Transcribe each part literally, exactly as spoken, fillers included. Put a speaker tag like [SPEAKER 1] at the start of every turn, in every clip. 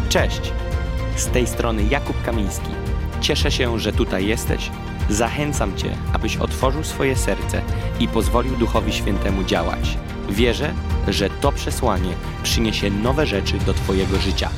[SPEAKER 1] Cześć! Z tej strony Jakub Kamiński. Cieszę się, że tutaj jesteś. Zachęcam Cię, abyś otworzył swoje serce i pozwolił Duchowi Świętemu działać. Wierzę, że to przesłanie przyniesie nowe rzeczy do Twojego życia.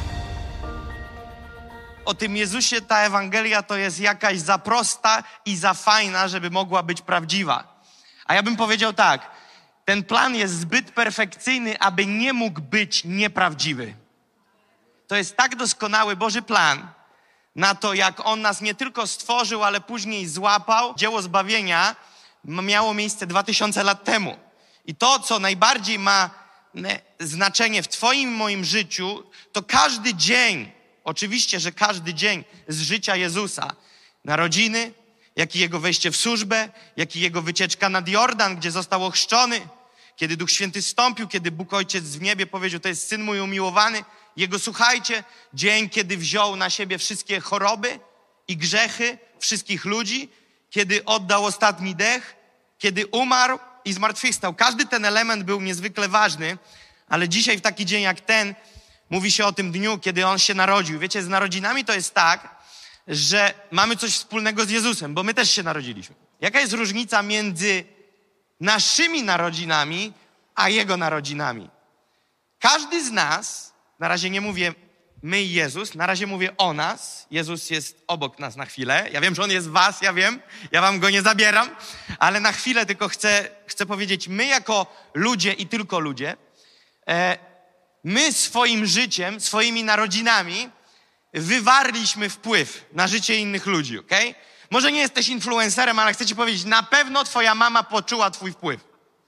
[SPEAKER 2] O tym Jezusie ta Ewangelia to jest jakaś za prosta i za fajna, żeby mogła być prawdziwa. A ja bym powiedział tak, ten plan jest zbyt perfekcyjny, aby nie mógł być nieprawdziwy. To jest tak doskonały Boży plan na to, jak On nas nie tylko stworzył, ale później złapał. Dzieło zbawienia miało miejsce dwa tysiące lat temu. I to, co najbardziej ma znaczenie w Twoim i moim życiu, to każdy dzień, oczywiście, że każdy dzień z życia Jezusa, narodziny, jak i Jego wejście w służbę, jak i Jego wycieczka nad Jordan, gdzie został ochrzczony, kiedy Duch Święty zstąpił, kiedy Bóg Ojciec w niebie powiedział, to jest Syn mój umiłowany. Jego słuchajcie, dzień, kiedy wziął na siebie wszystkie choroby i grzechy wszystkich ludzi, kiedy oddał ostatni dech, kiedy umarł i zmartwychwstał. Każdy ten element był niezwykle ważny, ale dzisiaj w taki dzień jak ten mówi się o tym dniu, kiedy On się narodził. Wiecie, z narodzinami to jest tak, że mamy coś wspólnego z Jezusem, bo my też się narodziliśmy. Jaka jest różnica między naszymi narodzinami a Jego narodzinami? Każdy z nas, na razie nie mówię my i Jezus, na razie mówię o nas. Jezus jest obok nas na chwilę. Ja wiem, że On jest w was, ja wiem. Ja wam Go nie zabieram, ale na chwilę tylko chcę, chcę powiedzieć, my jako ludzie i tylko ludzie, e, my swoim życiem, swoimi narodzinami wywarliśmy wpływ na życie innych ludzi, okej? Okay? Może nie jesteś influencerem, ale chcę ci powiedzieć, na pewno twoja mama poczuła twój wpływ.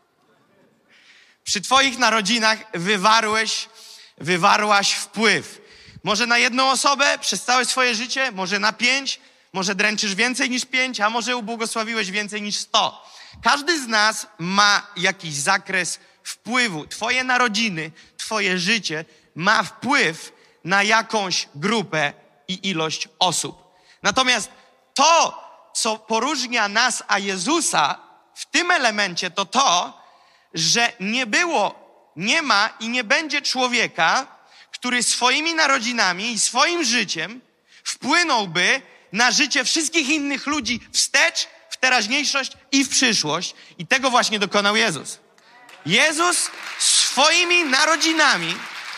[SPEAKER 2] Przy twoich narodzinach wywarłeś, wywarłaś wpływ. Może na jedną osobę przez całe swoje życie, może na pięć, może dręczysz więcej niż pięć, a może ubłogosławiłeś więcej niż sto. Każdy z nas ma jakiś zakres wpływu. Twoje narodziny, twoje życie ma wpływ na jakąś grupę i ilość osób. Natomiast to, co poróżnia nas a Jezusa w tym elemencie, to to, że nie było, nie ma i nie będzie człowieka, który swoimi narodzinami i swoim życiem wpłynąłby na życie wszystkich innych ludzi wstecz, w teraźniejszość i w przyszłość. I tego właśnie dokonał Jezus. Jezus swoimi narodzinami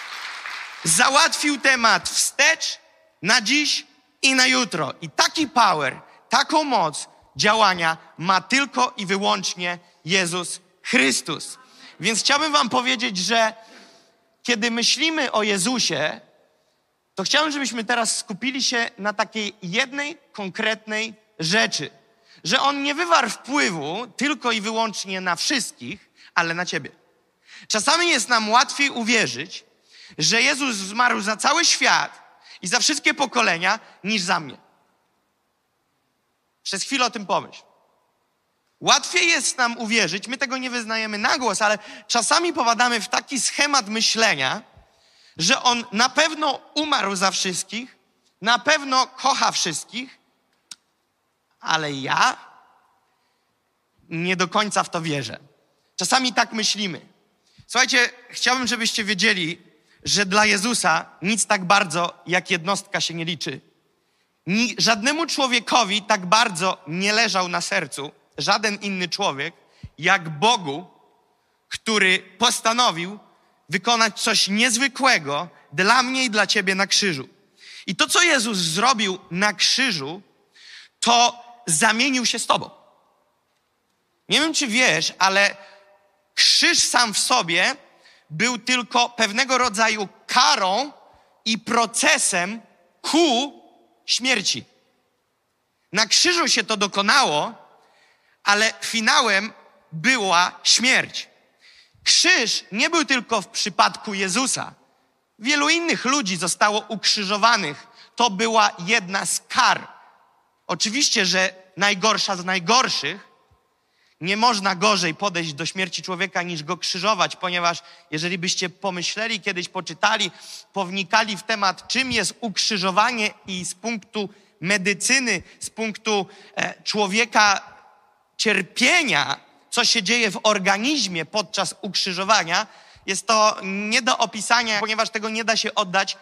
[SPEAKER 2] załatwił temat wstecz, na dziś i na jutro. I taki power, taką moc działania ma tylko i wyłącznie Jezus Chrystus. Więc chciałbym wam powiedzieć, że kiedy myślimy o Jezusie, to chciałbym, żebyśmy teraz skupili się na takiej jednej konkretnej rzeczy. Że On nie wywarł wpływu tylko i wyłącznie na wszystkich, ale na ciebie. Czasami jest nam łatwiej uwierzyć, że Jezus zmarł za cały świat i za wszystkie pokolenia, niż za mnie. Przez chwilę o tym pomyśl. Łatwiej jest nam uwierzyć, my tego nie wyznajemy na głos, ale czasami popadamy w taki schemat myślenia, że On na pewno umarł za wszystkich, na pewno kocha wszystkich, ale ja nie do końca w to wierzę. Czasami tak myślimy. Słuchajcie, chciałbym, żebyście wiedzieli, że dla Jezusa nic tak bardzo jak jednostka się nie liczy. Ni- żadnemu człowiekowi tak bardzo nie leżał na sercu żaden inny człowiek, jak Bogu, który postanowił wykonać coś niezwykłego dla mnie i dla ciebie na krzyżu. I to, co Jezus zrobił na krzyżu, to zamienił się z tobą. Nie wiem, czy wiesz, ale krzyż sam w sobie był tylko pewnego rodzaju karą i procesem ku śmierci. Na krzyżu się to dokonało, ale finałem była śmierć. Krzyż nie był tylko w przypadku Jezusa. Wielu innych ludzi zostało ukrzyżowanych. To była jedna z kar. Oczywiście, że najgorsza z najgorszych. Nie można gorzej podejść do śmierci człowieka niż go krzyżować, ponieważ jeżeli byście pomyśleli, kiedyś poczytali, pownikali w temat, czym jest ukrzyżowanie i z punktu medycyny, z punktu e, człowieka cierpienia, co się dzieje w organizmie podczas ukrzyżowania, jest to nie do opisania, ponieważ tego nie da się oddać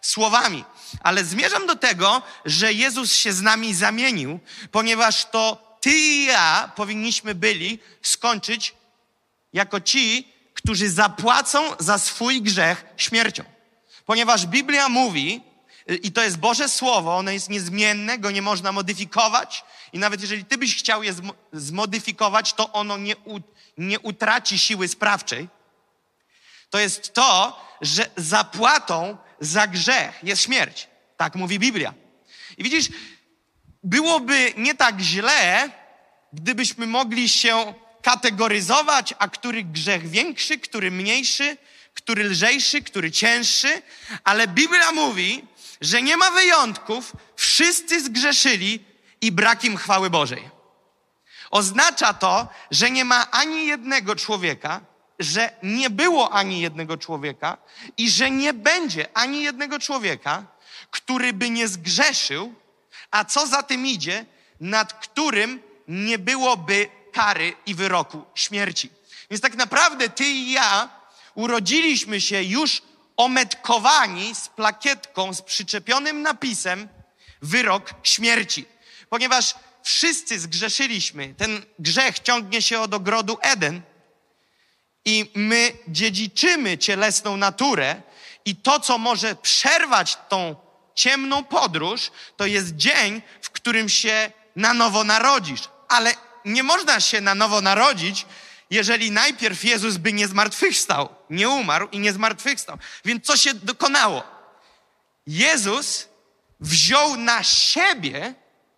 [SPEAKER 2] słowami. Ale zmierzam do tego, że Jezus się z nami zamienił, ponieważ to ty i ja powinniśmy byli skończyć jako ci, którzy zapłacą za swój grzech śmiercią. Ponieważ Biblia mówi, i to jest Boże Słowo, ono jest niezmienne, go nie można modyfikować i nawet jeżeli ty byś chciał je zmodyfikować, to ono nie, u, nie utraci siły sprawczej. To jest to, że zapłatą za grzech jest śmierć. Tak mówi Biblia. I widzisz, byłoby nie tak źle, gdybyśmy mogli się kategoryzować, a który grzech większy, który mniejszy, który lżejszy, który cięższy, ale Biblia mówi, że nie ma wyjątków, wszyscy zgrzeszyli i brak im chwały Bożej. Oznacza to, że nie ma ani jednego człowieka, że nie było ani jednego człowieka i że nie będzie ani jednego człowieka, który by nie zgrzeszył, a co za tym idzie, nad którym nie byłoby kary i wyroku śmierci. Więc tak naprawdę ty i ja urodziliśmy się już ometkowani z plakietką, z przyczepionym napisem wyrok śmierci. Ponieważ wszyscy zgrzeszyliśmy, ten grzech ciągnie się od ogrodu Eden i my dziedziczymy cielesną naturę i to, co może przerwać tą ciemną podróż, to jest dzień, w którym się na nowo narodzisz. Ale nie można się na nowo narodzić, jeżeli najpierw Jezus by nie zmartwychwstał, nie umarł i nie zmartwychwstał. Więc co się dokonało? Jezus wziął na siebie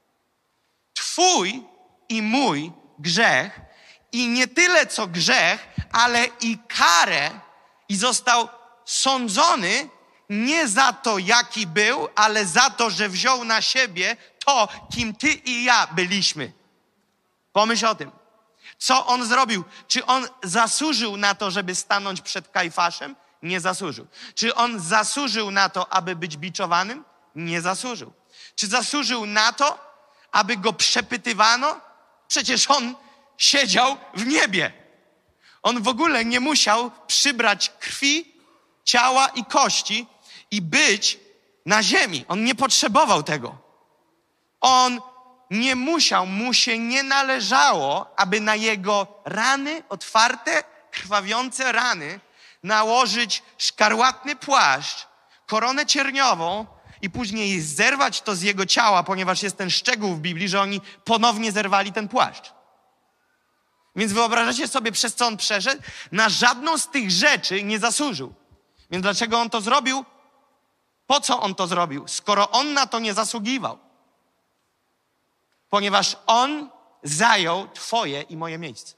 [SPEAKER 2] twój i mój grzech i nie tyle co grzech, ale i karę i został sądzony nie za to, jaki był, ale za to, że wziął na siebie to, kim ty i ja byliśmy. Pomyśl o tym. Co on zrobił? Czy on zasłużył na to, żeby stanąć przed Kajfaszem? Nie zasłużył. Czy on zasłużył na to, aby być biczowanym? Nie zasłużył. Czy zasłużył na to, aby go przepytywano? Przecież on siedział w niebie. On w ogóle nie musiał przybrać krwi, ciała i kości i być na ziemi. On nie potrzebował tego. On nie musiał, mu się nie należało, aby na jego rany, otwarte, krwawiące rany, nałożyć szkarłatny płaszcz, koronę cierniową i później zerwać to z jego ciała, ponieważ jest ten szczegół w Biblii, że oni ponownie zerwali ten płaszcz. Więc wyobrażacie sobie, przez co on przeszedł? Na żadną z tych rzeczy nie zasłużył. Więc dlaczego on to zrobił? Po co on to zrobił, skoro on na to nie zasługiwał? Ponieważ on zajął twoje i moje miejsce.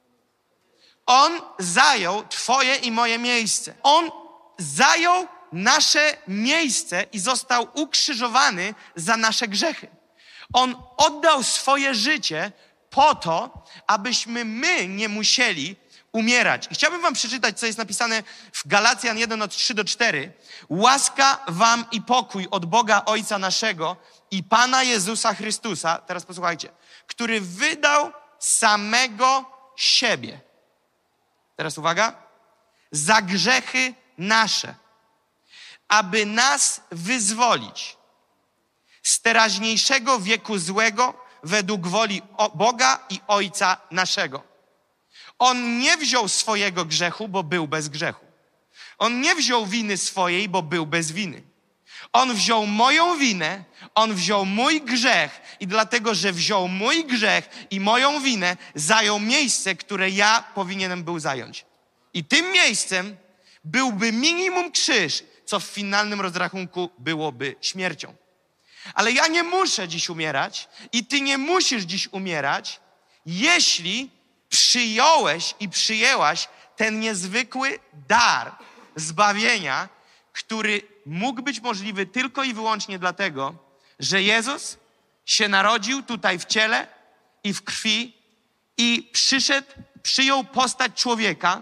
[SPEAKER 2] On zajął twoje i moje miejsce. On zajął nasze miejsce i został ukrzyżowany za nasze grzechy. On oddał swoje życie po to, abyśmy my nie musieli umierać. I chciałbym wam przeczytać, co jest napisane w Galacjan jeden od trzy do cztery. Łaska wam i pokój od Boga Ojca naszego i Pana Jezusa Chrystusa, teraz posłuchajcie, który wydał samego siebie. Teraz uwaga. Za grzechy nasze, aby nas wyzwolić z teraźniejszego wieku złego według woli Boga i Ojca naszego. On nie wziął swojego grzechu, bo był bez grzechu. On nie wziął winy swojej, bo był bez winy. On wziął moją winę, on wziął mój grzech i dlatego, że wziął mój grzech i moją winę, zajął miejsce, które ja powinienem był zająć. I tym miejscem byłby minimum krzyż, co w finalnym rozrachunku byłoby śmiercią. Ale ja nie muszę dziś umierać i ty nie musisz dziś umierać, jeśli przyjąłeś i przyjęłaś ten niezwykły dar zbawienia, który mógł być możliwy tylko i wyłącznie dlatego, że Jezus się narodził tutaj w ciele i w krwi i przyszedł, przyjął postać człowieka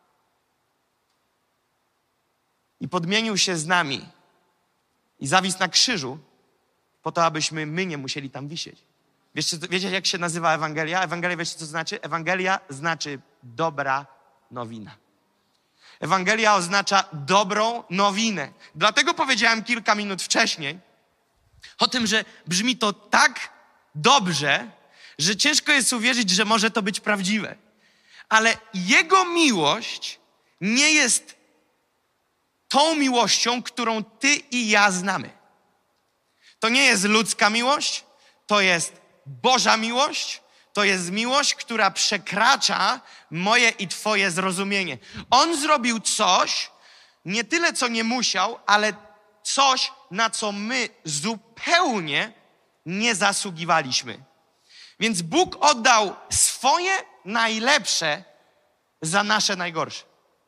[SPEAKER 2] i podmienił się z nami i zawisł na krzyżu po to, abyśmy my nie musieli tam wisieć. Wiecie, wiecie, jak się nazywa Ewangelia? Ewangelia, wiecie, co to znaczy? Ewangelia znaczy dobra nowina. Ewangelia oznacza dobrą nowinę. Dlatego powiedziałem kilka minut wcześniej o tym, że brzmi to tak dobrze, że ciężko jest uwierzyć, że może to być prawdziwe. Ale Jego miłość nie jest tą miłością, którą ty i ja znamy. To nie jest ludzka miłość, to jest Boża miłość, to jest miłość, która przekracza moje i twoje zrozumienie. On zrobił coś, nie tyle co nie musiał, ale coś, na co my zupełnie nie zasługiwaliśmy. Więc Bóg oddał swoje najlepsze za nasze najgorsze.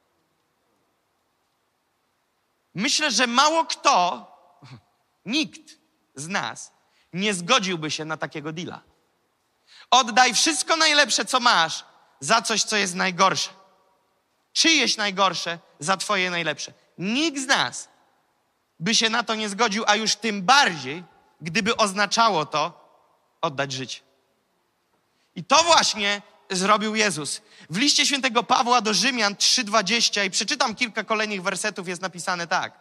[SPEAKER 2] Myślę, że mało kto, nikt z nas nie zgodziłby się na takiego deala. Oddaj wszystko najlepsze, co masz, za coś, co jest najgorsze. Czyjeś najgorsze za twoje najlepsze. Nikt z nas by się na to nie zgodził, a już tym bardziej, gdyby oznaczało to oddać życie. I to właśnie zrobił Jezus. W liście świętego Pawła do Rzymian trzy dwadzieścia i przeczytam kilka kolejnych wersetów, jest napisane tak.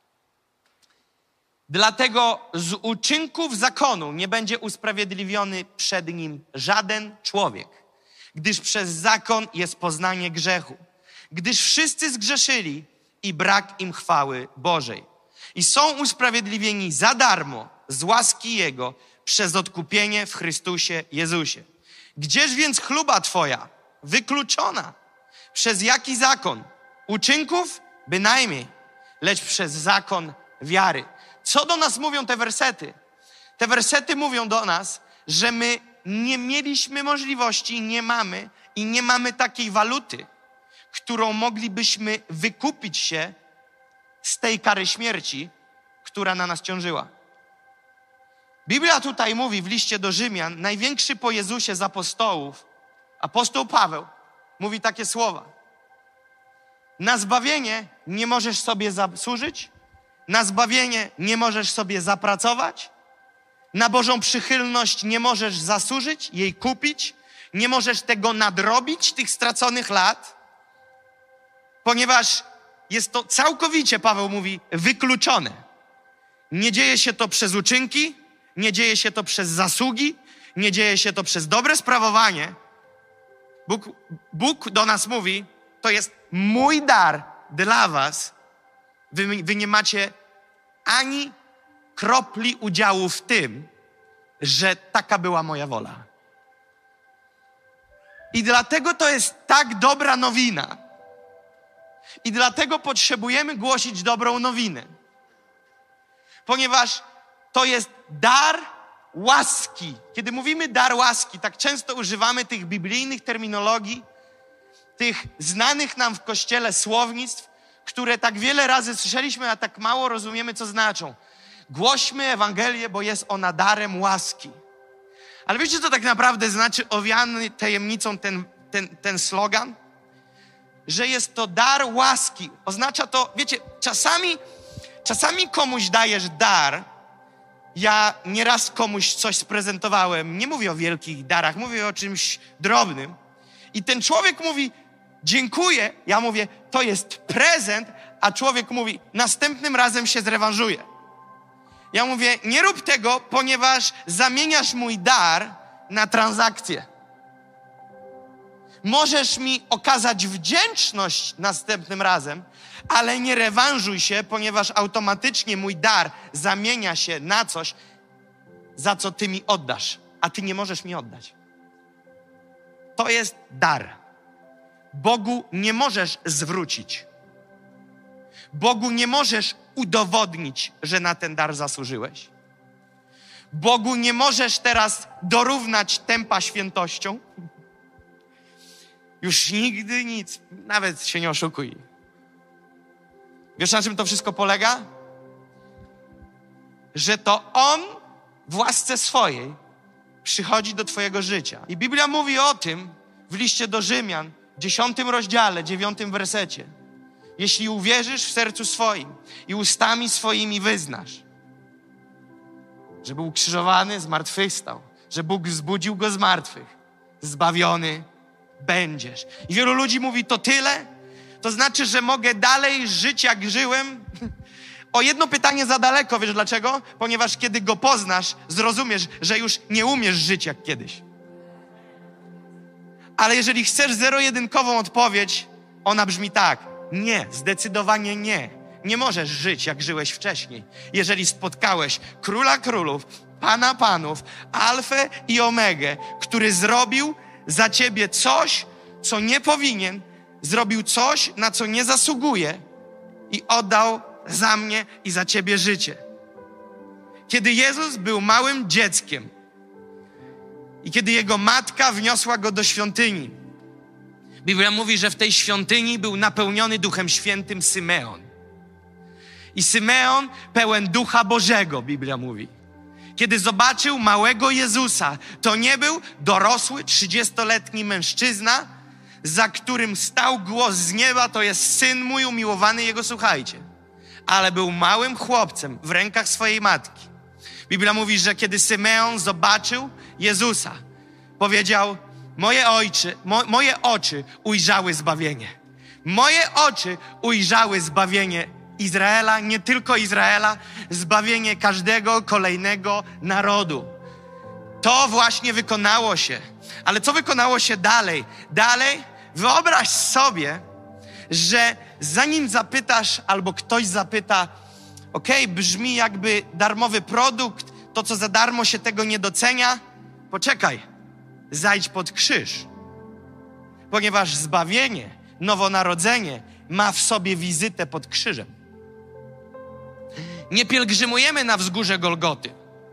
[SPEAKER 2] Dlatego z uczynków zakonu nie będzie usprawiedliwiony przed nim żaden człowiek, gdyż przez zakon jest poznanie grzechu. Gdyż wszyscy zgrzeszyli i brak im chwały Bożej. I są usprawiedliwieni za darmo z łaski Jego przez odkupienie w Chrystusie Jezusie. Gdzież więc chluba twoja? Wykluczona. Przez jaki zakon? Uczynków? Bynajmniej. Lecz przez zakon wiary. Co do nas mówią te wersety? Te wersety mówią do nas, że my nie mieliśmy możliwości, nie mamy i nie mamy takiej waluty, którą moglibyśmy wykupić się z tej kary śmierci, która na nas ciążyła. Biblia tutaj mówi w liście do Rzymian, największy po Jezusie z apostołów, apostoł Paweł, mówi takie słowa. Na zbawienie nie możesz sobie zasłużyć, na zbawienie nie możesz sobie zapracować, na Bożą przychylność nie możesz zasłużyć, jej kupić, nie możesz tego nadrobić, tych straconych lat, ponieważ jest to całkowicie, Paweł mówi, wykluczone. Nie dzieje się to przez uczynki, nie dzieje się to przez zasługi, nie dzieje się to przez dobre sprawowanie. Bóg, Bóg do nas mówi, to jest mój dar dla was. Wy, wy nie macie ani kropli udziału w tym, że taka była moja wola. I dlatego to jest tak dobra nowina. I dlatego potrzebujemy głosić dobrą nowinę. Ponieważ to jest dar łaski. Kiedy mówimy dar łaski, tak często używamy tych biblijnych terminologii, tych znanych nam w Kościele słownictw, które tak wiele razy słyszeliśmy, a tak mało rozumiemy, co znaczą. Głośmy Ewangelię, bo jest ona darem łaski. Ale wiecie, co tak naprawdę znaczy owiany tajemnicą ten, ten, ten slogan? Że jest to dar łaski. Oznacza to, wiecie, czasami, czasami komuś dajesz dar. Ja nieraz komuś coś sprezentowałem. Nie mówię o wielkich darach, mówię o czymś drobnym. I ten człowiek mówi, dziękuję. Ja mówię, to jest prezent, a człowiek mówi, następnym razem się zrewanżuję. Ja mówię, nie rób tego, ponieważ zamieniasz mój dar na transakcję. Możesz mi okazać wdzięczność następnym razem, ale nie rewanżuj się, ponieważ automatycznie mój dar zamienia się na coś, za co ty mi oddasz, a ty nie możesz mi oddać. To jest dar. Bogu nie możesz zwrócić. Bogu nie możesz udowodnić, że na ten dar zasłużyłeś. Bogu nie możesz teraz dorównać tempa świętością. Już nigdy nic, nawet się nie oszukuj. Wiesz, na czym to wszystko polega? Że to On w łasce swojej przychodzi do twojego życia. I Biblia mówi o tym w liście do Rzymian, w dziesiątym rozdziale, dziewiątym wersecie. Jeśli uwierzysz w sercu swoim i ustami swoimi wyznasz, że był ukrzyżowany, zmartwychwstał, że Bóg wzbudził go z martwych, zbawiony będziesz. I wielu ludzi mówi, to tyle? To znaczy, że mogę dalej żyć, jak żyłem? O jedno pytanie za daleko, wiesz dlaczego? Ponieważ kiedy Go poznasz, zrozumiesz, że już nie umiesz żyć jak kiedyś. Ale jeżeli chcesz zero-jedynkową odpowiedź, ona brzmi tak. Nie, zdecydowanie nie. Nie możesz żyć, jak żyłeś wcześniej. Jeżeli spotkałeś Króla Królów, Pana Panów, Alfę i Omegę, który zrobił za ciebie coś, co nie powinien, zrobił coś, na co nie zasługuje i oddał za mnie i za ciebie życie. Kiedy Jezus był małym dzieckiem i kiedy jego matka wniosła go do świątyni, Biblia mówi, że w tej świątyni był napełniony Duchem Świętym Symeon. I Symeon pełen Ducha Bożego, Biblia mówi. Kiedy zobaczył małego Jezusa, to nie był dorosły, trzydziestoletni mężczyzna, za którym stał głos z nieba, to jest Syn mój umiłowany, Jego słuchajcie. Ale był małym chłopcem w rękach swojej matki. Biblia mówi, że kiedy Symeon zobaczył Jezusa, powiedział: Moje ojcze, mo, moje oczy ujrzały zbawienie. Moje oczy ujrzały zbawienie Izraela, nie tylko Izraela, zbawienie każdego kolejnego narodu. To właśnie wykonało się. Ale co wykonało się dalej? Dalej wyobraź sobie, że zanim zapytasz, albo ktoś zapyta, okej, okay, brzmi jakby darmowy produkt, to co za darmo się tego nie docenia, poczekaj, zajdź pod krzyż. Ponieważ zbawienie, nowonarodzenie ma w sobie wizytę pod krzyżem. Nie pielgrzymujemy na wzgórze Golgoty.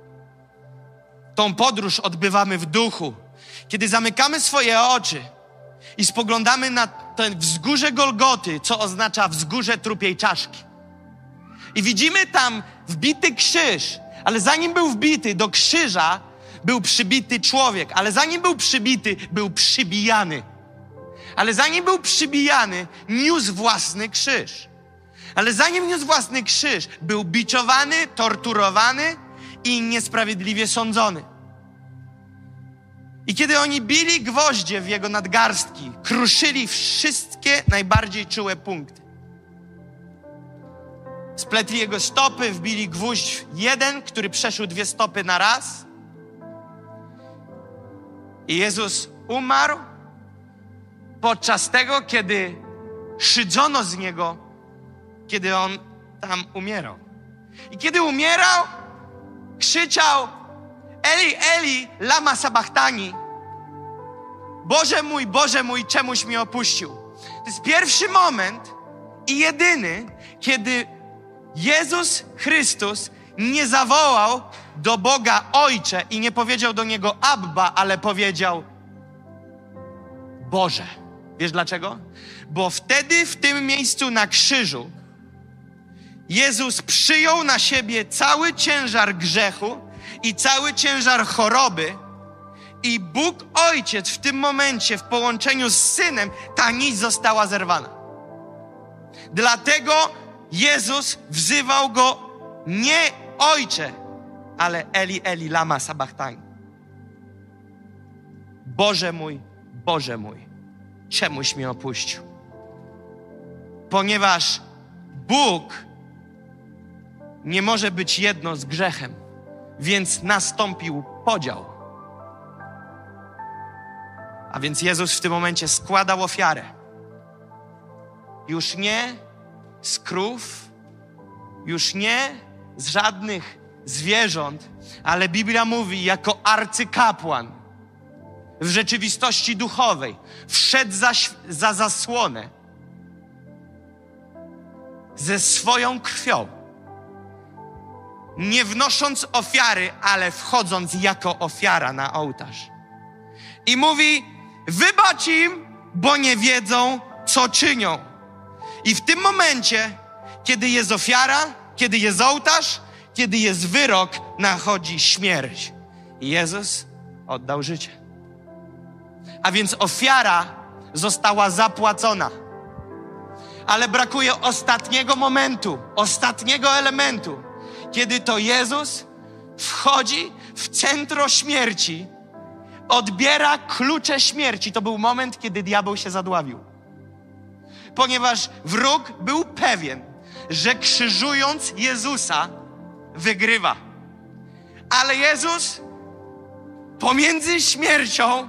[SPEAKER 2] Tą podróż odbywamy w duchu. Kiedy zamykamy swoje oczy i spoglądamy na ten wzgórze Golgoty, co oznacza wzgórze trupiej czaszki. I widzimy tam wbity krzyż, ale zanim był wbity do krzyża, był przybity człowiek, ale zanim był przybity, był przybijany. Ale zanim był przybijany, niósł własny krzyż. Ale zanim niósł własny krzyż, był biczowany, torturowany i niesprawiedliwie sądzony. I kiedy oni bili gwoździe w jego nadgarstki, kruszyli wszystkie najbardziej czułe punkty. Spletli jego stopy, wbili gwóźdź jeden, który przeszył dwie stopy na raz. I Jezus umarł podczas tego, kiedy szydzono z niego, kiedy on tam umierał. I kiedy umierał, krzyczał: Eli, Eli, lama sabachthani. Boże mój, Boże mój, czemuś mnie opuścił. To jest pierwszy moment i jedyny, kiedy Jezus Chrystus nie zawołał do Boga Ojcze i nie powiedział do Niego Abba, ale powiedział Boże. Wiesz dlaczego? Bo wtedy w tym miejscu na krzyżu Jezus przyjął na siebie cały ciężar grzechu i cały ciężar choroby i Bóg Ojciec w tym momencie w połączeniu z Synem, ta nić została zerwana. Dlatego Jezus wzywał Go nie Ojcze, ale Eli, Eli, lama sabachthani. Boże mój, Boże mój, czemuś mnie opuścił. Ponieważ Bóg nie może być jedno z grzechem, więc nastąpił podział. A więc Jezus w tym momencie składał ofiarę. Już nie z krów, już nie z żadnych zwierząt, ale Biblia mówi, jako arcykapłan w rzeczywistości duchowej wszedł za, za zasłonę ze swoją krwią, nie wnosząc ofiary, ale wchodząc jako ofiara na ołtarz. I mówi: wybacz im, bo nie wiedzą, co czynią. I w tym momencie, kiedy jest ofiara, kiedy jest ołtarz, kiedy jest wyrok, nachodzi śmierć. I Jezus oddał życie. A więc ofiara została zapłacona. Ale brakuje ostatniego momentu, ostatniego elementu, kiedy to Jezus wchodzi w centrum śmierci, odbiera klucze śmierci. To był moment, kiedy diabeł się zadławił. ponieważ wróg był pewien, że krzyżując Jezusa wygrywa. Ale Jezus pomiędzy śmiercią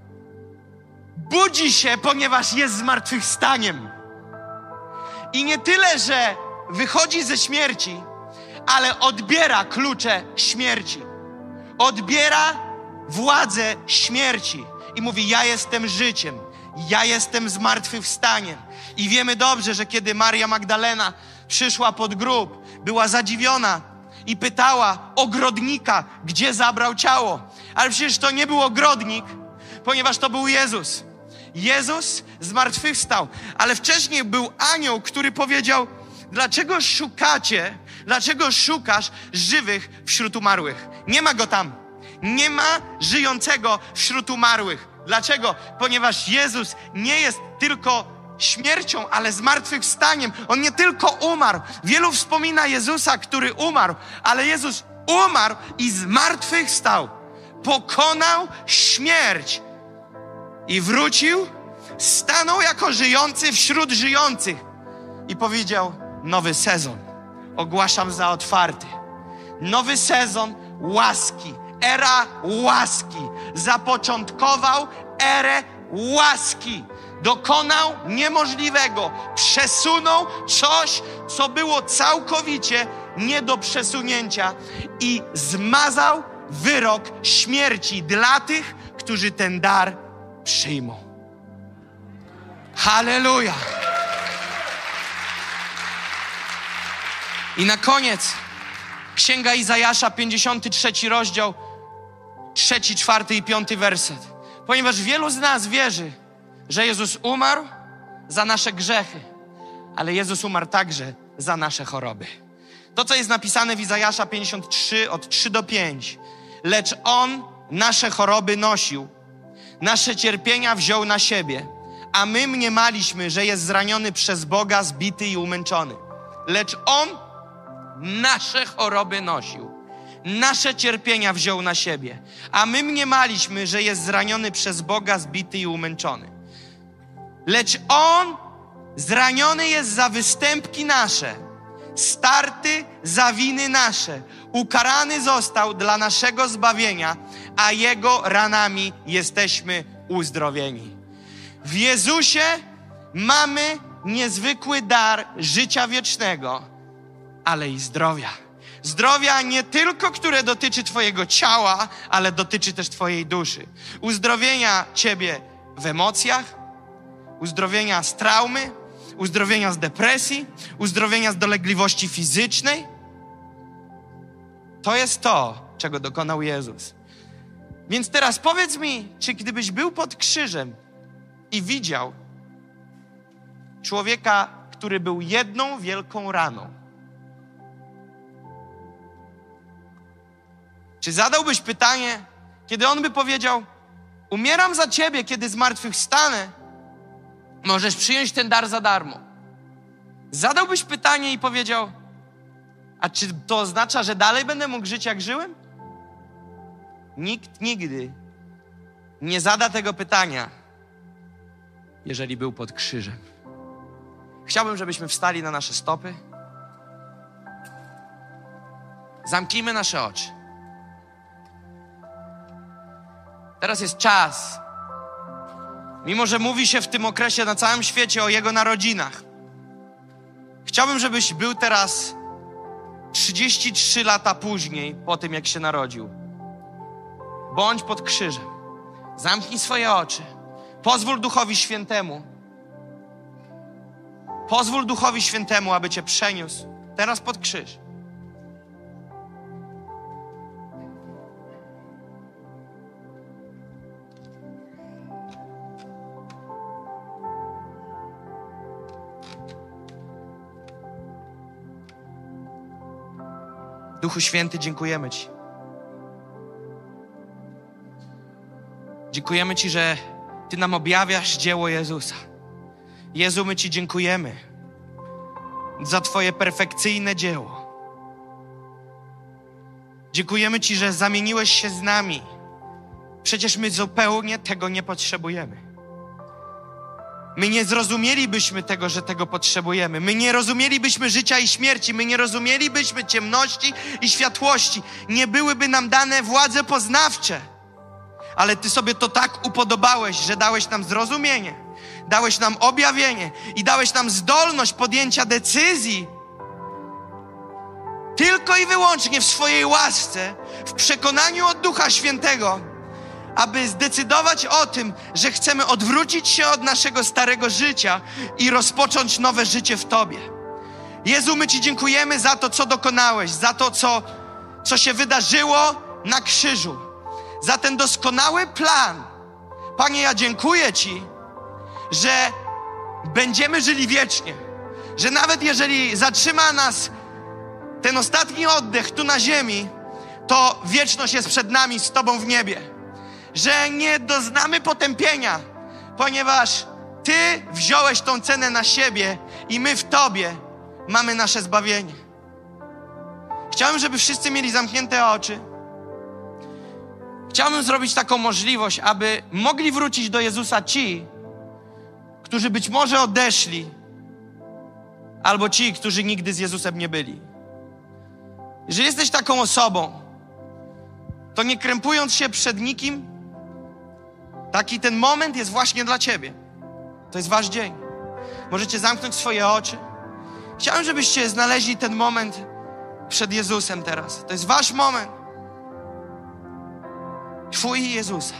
[SPEAKER 2] budzi się, ponieważ jest zmartwychwstaniem. I nie tyle, że wychodzi ze śmierci, ale odbiera klucze śmierci. Odbiera władzę śmierci i mówi: ja jestem życiem, ja jestem zmartwychwstaniem. I wiemy dobrze, że kiedy Maria Magdalena przyszła pod grób, była zadziwiona i pytała ogrodnika, gdzie zabrał ciało. Ale przecież to nie był ogrodnik, ponieważ to był Jezus. Jezus zmartwychwstał, ale wcześniej był anioł, który powiedział: dlaczego szukacie, dlaczego szukasz żywych wśród umarłych? Nie ma go tam. Nie ma żyjącego wśród umarłych. Dlaczego? Ponieważ Jezus nie jest tylko śmiercią, ale zmartwychwstaniem. On nie tylko umarł. Wielu wspomina Jezusa, który umarł, ale Jezus umarł i zmartwychwstał. Pokonał śmierć i wrócił, stanął jako żyjący wśród żyjących i powiedział: nowy sezon ogłaszam za otwarty. Nowy sezon łaski, era łaski. Zapoczątkował erę łaski. Dokonał niemożliwego. Przesunął coś, co było całkowicie nie do przesunięcia i zmazał wyrok śmierci dla tych, którzy ten dar przyjmą. Halleluja! I na koniec Księga Izajasza, pięćdziesiąty trzeci rozdział, trzeci, czwarty i piąty werset. Ponieważ wielu z nas wierzy, że Jezus umarł za nasze grzechy, ale Jezus umarł także za nasze choroby. To, co jest napisane w Izajasza pięćdziesiąt trzy, od trzy do pięć. Lecz On nasze choroby nosił, nasze cierpienia wziął na siebie, a my mniemaliśmy, że jest zraniony przez Boga, zbity i umęczony. Lecz On nasze choroby nosił, nasze cierpienia wziął na siebie, a my mniemaliśmy, że jest zraniony przez Boga, zbity i umęczony. Lecz On zraniony jest za występki nasze, starty za winy nasze, ukarany został dla naszego zbawienia, a Jego ranami jesteśmy uzdrowieni. W Jezusie mamy niezwykły dar życia wiecznego, ale i zdrowia. Zdrowia nie tylko, które dotyczy Twojego ciała, ale dotyczy też Twojej duszy. Uzdrowienia Ciebie w emocjach, uzdrowienia z traumy, uzdrowienia z depresji, uzdrowienia z dolegliwości fizycznej. To jest to, czego dokonał Jezus. Więc teraz powiedz mi, czy gdybyś był pod krzyżem i widział człowieka, który był jedną wielką raną, czy zadałbyś pytanie, kiedy on by powiedział: umieram za ciebie, kiedy zmartwychwstanę, możesz przyjąć ten dar za darmo? Zadałbyś pytanie i powiedział: a czy to oznacza, że dalej będę mógł żyć, jak żyłem? Nikt nigdy nie zada tego pytania, jeżeli był pod krzyżem. Chciałbym, żebyśmy wstali na nasze stopy. Zamknijmy nasze oczy. Teraz jest czas. Mimo że mówi się w tym okresie na całym świecie o Jego narodzinach, chciałbym, żebyś był teraz trzydzieści trzy lata później, po tym jak się narodził. Bądź pod krzyżem. Zamknij swoje oczy. Pozwól Duchowi Świętemu. Pozwól Duchowi Świętemu, aby cię przeniósł teraz pod krzyż. Duchu Święty, dziękujemy Ci. Dziękujemy Ci, że Ty nam objawiasz dzieło Jezusa. Jezu, my Ci dziękujemy za Twoje perfekcyjne dzieło. Dziękujemy Ci, że zamieniłeś się z nami. Przecież my zupełnie tego nie potrzebujemy. my nie zrozumielibyśmy tego, że tego potrzebujemy. My nie rozumielibyśmy życia i śmierci. My nie rozumielibyśmy ciemności i światłości. Nie byłyby nam dane władze poznawcze. Ale Ty sobie to tak upodobałeś, że dałeś nam zrozumienie, dałeś nam objawienie i dałeś nam zdolność podjęcia decyzji tylko i wyłącznie w swojej łasce, w przekonaniu od Ducha Świętego, aby zdecydować o tym, że chcemy odwrócić się od naszego starego życia i rozpocząć nowe życie w Tobie. Jezu, my Ci dziękujemy za to, co dokonałeś, za to, co, co się wydarzyło na krzyżu, za ten doskonały plan. Panie, ja dziękuję Ci, że będziemy żyli wiecznie, że nawet jeżeli zatrzyma nas ten ostatni oddech tu na ziemi, to wieczność jest przed nami z Tobą w niebie. Że nie doznamy potępienia, ponieważ Ty wziąłeś tą cenę na siebie i my w Tobie mamy nasze zbawienie. Chciałbym, żeby wszyscy mieli zamknięte oczy. Chciałbym zrobić taką możliwość, aby mogli wrócić do Jezusa ci, którzy być może odeszli, albo ci, którzy nigdy z Jezusem nie byli. Jeżeli jesteś taką osobą, to nie krępując się przed nikim, taki ten moment jest właśnie dla Ciebie. To jest Wasz dzień. Możecie zamknąć swoje oczy. Chciałem, żebyście znaleźli ten moment przed Jezusem teraz. To jest Wasz moment. Twój i Jezusa.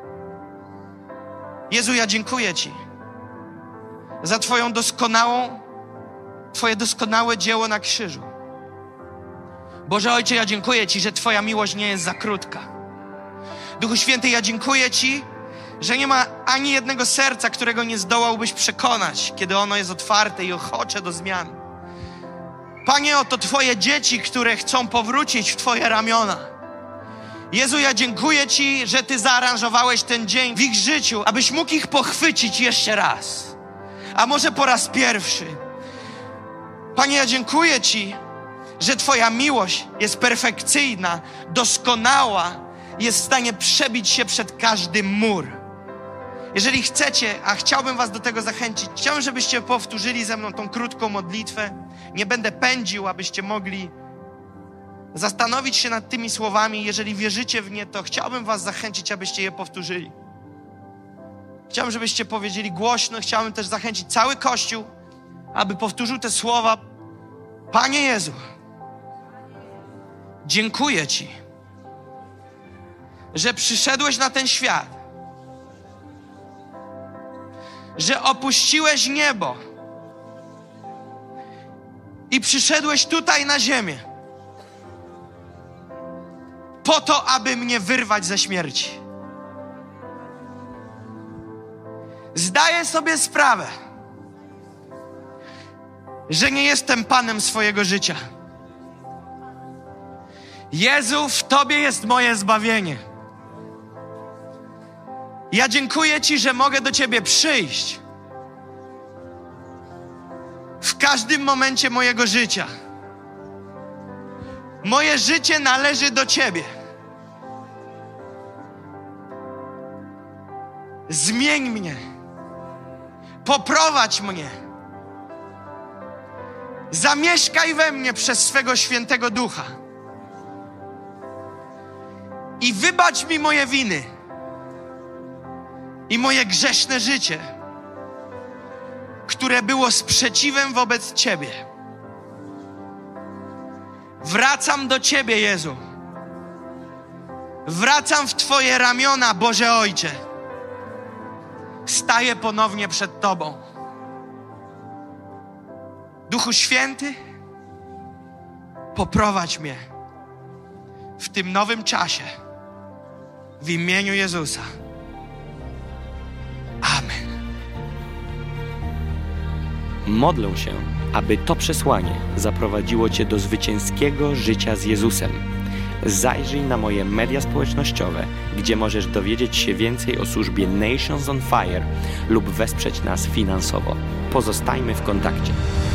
[SPEAKER 2] Jezu, ja dziękuję Ci za Twoją doskonałą, Twoje doskonałe dzieło na krzyżu. Boże Ojcze, ja dziękuję Ci, że Twoja miłość nie jest za krótka. Duchu Święty, ja dziękuję Ci, że nie ma ani jednego serca, którego nie zdołałbyś przekonać, kiedy ono jest otwarte i ochocze do zmian. Panie, oto Twoje dzieci, które chcą powrócić w Twoje ramiona. Jezu, ja dziękuję Ci, że Ty zaaranżowałeś ten dzień w ich życiu, abyś mógł ich pochwycić jeszcze raz, a może po raz pierwszy. Panie, ja dziękuję Ci, że Twoja miłość jest perfekcyjna, doskonała, jest w stanie przebić się przed każdy mur. Jeżeli chcecie, a chciałbym was do tego zachęcić, chciałbym, żebyście powtórzyli ze mną tą krótką modlitwę. Nie będę pędził, abyście mogli zastanowić się nad tymi słowami. Jeżeli wierzycie w nie, to chciałbym was zachęcić, abyście je powtórzyli. Chciałbym, żebyście powiedzieli głośno. Chciałbym też zachęcić cały Kościół, aby powtórzył te słowa. Panie Jezu, dziękuję Ci, że przyszedłeś na ten świat, że opuściłeś niebo i przyszedłeś tutaj na ziemię po to, aby mnie wyrwać ze śmierci. Zdaję sobie sprawę, że nie jestem Panem swojego życia. Jezu, w Tobie jest moje zbawienie. Ja dziękuję Ci, że mogę do Ciebie przyjść w każdym momencie mojego życia. Moje życie należy do Ciebie. Zmień mnie. Poprowadź mnie. Zamieszkaj we mnie przez swego świętego Ducha. I wybacz mi moje winy i moje grzeszne życie, które było sprzeciwem wobec Ciebie. Wracam do Ciebie, Jezu. Wracam w Twoje ramiona, Boże Ojcze. Staję ponownie przed Tobą. Duchu Święty, poprowadź mnie w tym nowym czasie w imieniu Jezusa. Amen.
[SPEAKER 1] Modlę się, aby to przesłanie zaprowadziło Cię do zwycięskiego życia z Jezusem. Zajrzyj na moje media społecznościowe, gdzie możesz dowiedzieć się więcej o służbie Nations on Fire lub wesprzeć nas finansowo. Pozostajmy w kontakcie.